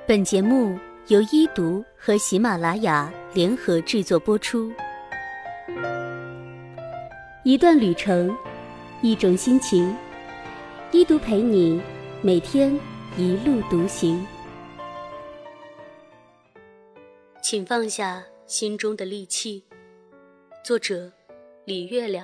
本节目由一读和喜马拉雅联合制作播出。一段旅程，一种心情，一读陪你每天一路独行。请放下心中的戾气。作者李月亮。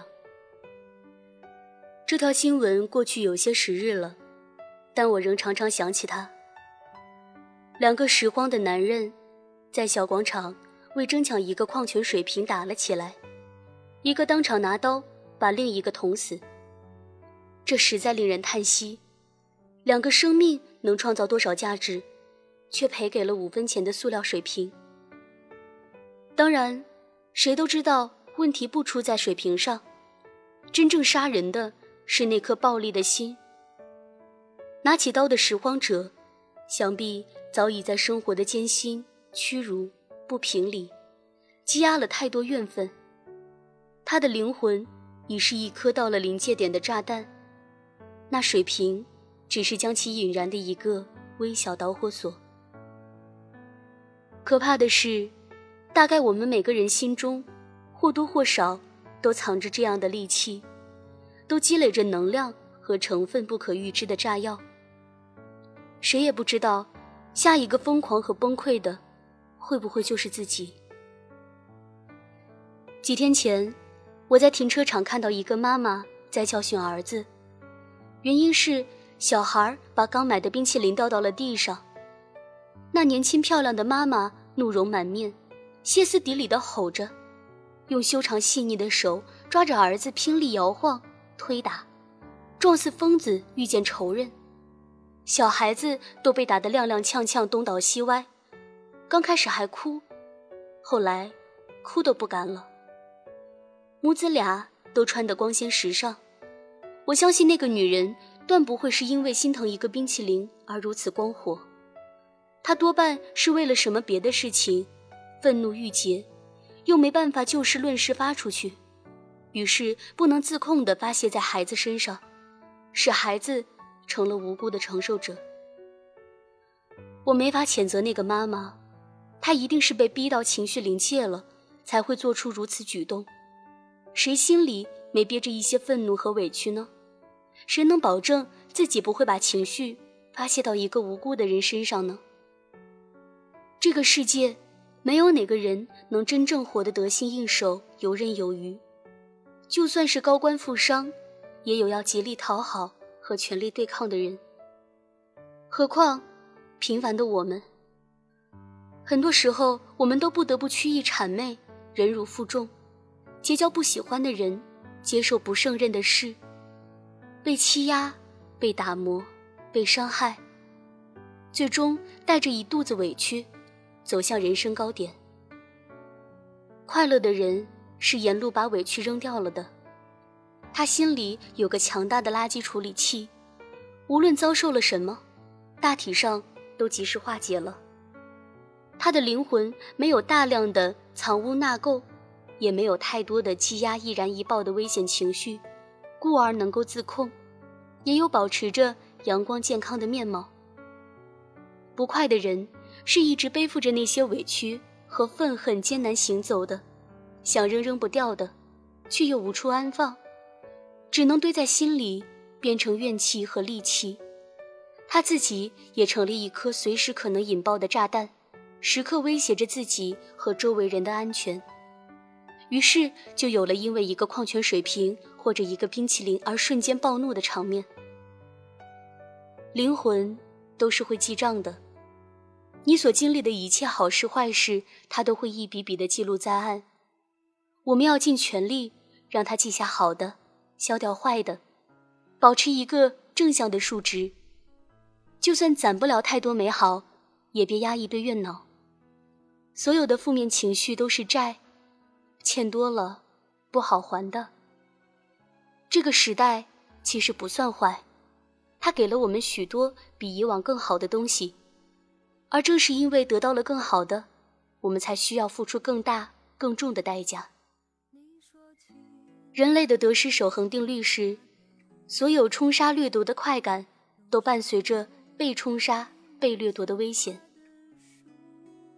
这条新闻过去有些时日了，但我仍常常想起它。两个拾荒的男人在小广场为争抢一个矿泉水瓶打了起来，一个当场拿刀把另一个捅死。这实在令人叹息，两个生命能创造多少价值，却赔给了5分钱的塑料水瓶。当然，谁都知道问题不出在水瓶上，真正杀人的是那颗暴力的心。拿起刀的拾荒者，想必早已在生活的艰辛、屈辱、不平里积压了太多怨愤。他的灵魂已是一颗到了临界点的炸弹，那水瓶只是将其引燃的一个微小导火索。可怕的是，大概我们每个人心中或多或少都藏着这样的戾气，都积累着能量和成分不可预知的炸药。谁也不知道下一个疯狂和崩溃的会不会就是自己。几天前，我在停车场看到一个妈妈在教训儿子，原因是小孩把刚买的冰淇淋掉到了地上。那年轻漂亮的妈妈怒容满面，歇斯底里地吼着，用修长细腻的手抓着儿子拼力摇晃推打，状似疯子遇见仇人。小孩子都被打得踉踉跄跄东倒西歪，刚开始还哭，后来哭都不敢了。母子俩都穿得光鲜时尚，我相信那个女人断不会是因为心疼一个冰淇淋而如此光火，她多半是为了什么别的事情愤怒郁结，又没办法就事论事发出去，于是不能自控地发泄在孩子身上，使孩子成了无辜的承受者。我没法谴责那个妈妈，她一定是被逼到情绪临界了，才会做出如此举动。谁心里没憋着一些愤怒和委屈呢？谁能保证自己不会把情绪发泄到一个无辜的人身上呢？这个世界没有哪个人能真正活得得心应手、游刃有余，就算是高官富商，也有要极力讨好和全力对抗的人。何况平凡的我们，很多时候我们都不得不曲意谄媚，忍辱负重，结交不喜欢的人，接受不胜任的事，被欺压，被打磨，被伤害，最终带着一肚子委屈走向人生高点。快乐的人是沿路把委屈扔掉了的，他心里有个强大的垃圾处理器，无论遭受了什么，大体上都及时化解了。他的灵魂没有大量的藏污纳垢，也没有太多的积压易燃易爆的危险情绪，故而能够自控，也有保持着阳光健康的面貌。不快的人是一直背负着那些委屈和愤恨艰难行走的，想扔不掉的，却又无处安放，只能堆在心里，变成怨气和戾气。他自己也成了一颗随时可能引爆的炸弹，时刻威胁着自己和周围人的安全。于是就有了因为一个矿泉水瓶或者一个冰淇淋而瞬间暴怒的场面。灵魂都是会记账的，你所经历的一切好事坏事，它都会一笔笔地记录在案。我们要尽全力让它记下好的，消掉坏的，保持一个正向的数值。就算攒不了太多美好，也别压一堆怨恼。所有的负面情绪都是债，欠多了不好还的。这个时代其实不算坏，它给了我们许多比以往更好的东西，而正是因为得到了更好的，我们才需要付出更大更重的代价。人类的得失守恒定律是，所有冲杀掠夺的快感都伴随着被冲杀被掠夺的危险。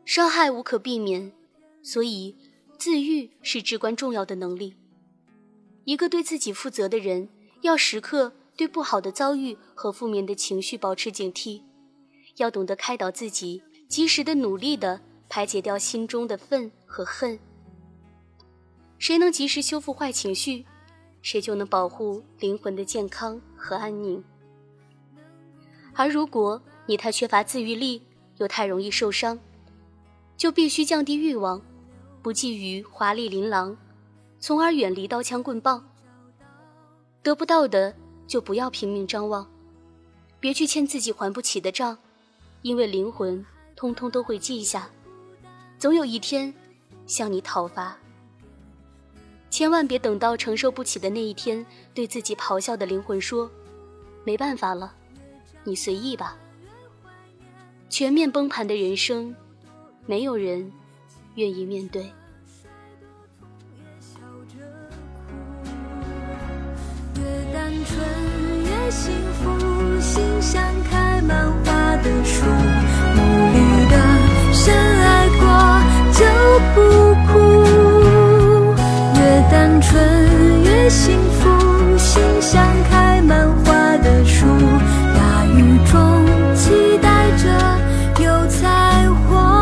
伤害无可避免，所以自愈是至关重要的能力。一个对自己负责的人，要时刻对不好的遭遇和负面的情绪保持警惕，要懂得开导自己，及时的努力地排解掉心中的愤和恨。谁能及时修复坏情绪，谁就能保护灵魂的健康和安宁。而如果你太缺乏自愈力，又太容易受伤，就必须降低欲望，不觊觎华丽琳琅，从而远离刀枪棍棒。得不到的就不要拼命张望，别去欠自己还不起的账，因为灵魂通通都会记下，总有一天向你讨伐。千万别等到承受不起的那一天，对自己咆哮的灵魂说，没办法了，你随意吧。全面崩盘的人生，没有人愿意面对。 越单纯越幸福，心像开满花的树，努力的深爱过就不哭。越单纯越幸福，心像开满花的树，大雨中期待着有彩虹。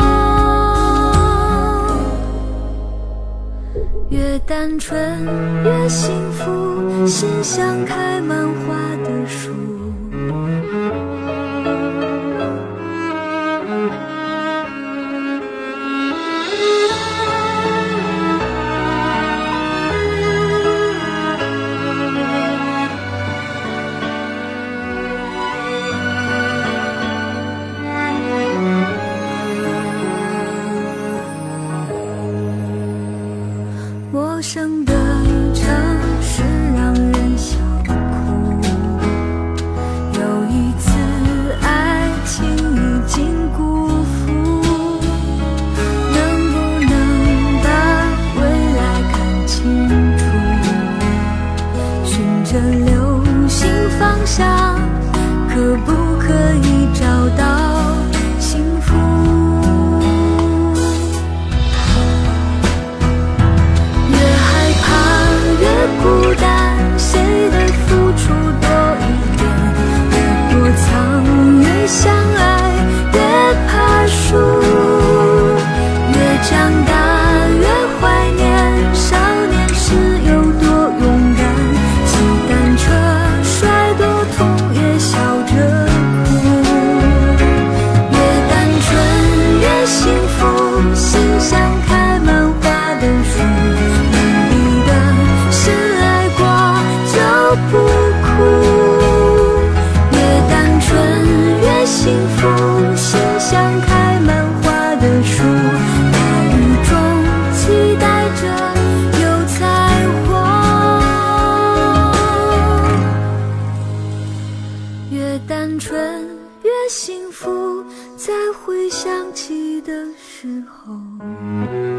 越单纯越幸福，心像开满花的树。陌生的城市让人想哭，有一次爱情已经辜负，能不能把未来看清楚，循着流星方向，可不可以找到幸福？孤单，谁的付出多一点？越躲藏越相爱，越怕输。越长大越怀念少年时有多勇敢，骑单车摔多痛也笑着哭。越单纯越幸福，心像开满花的树，不哭。越单纯越幸福，心像开满花的树，大雨中期待着有彩虹。越单纯越幸福，在回想起的时候。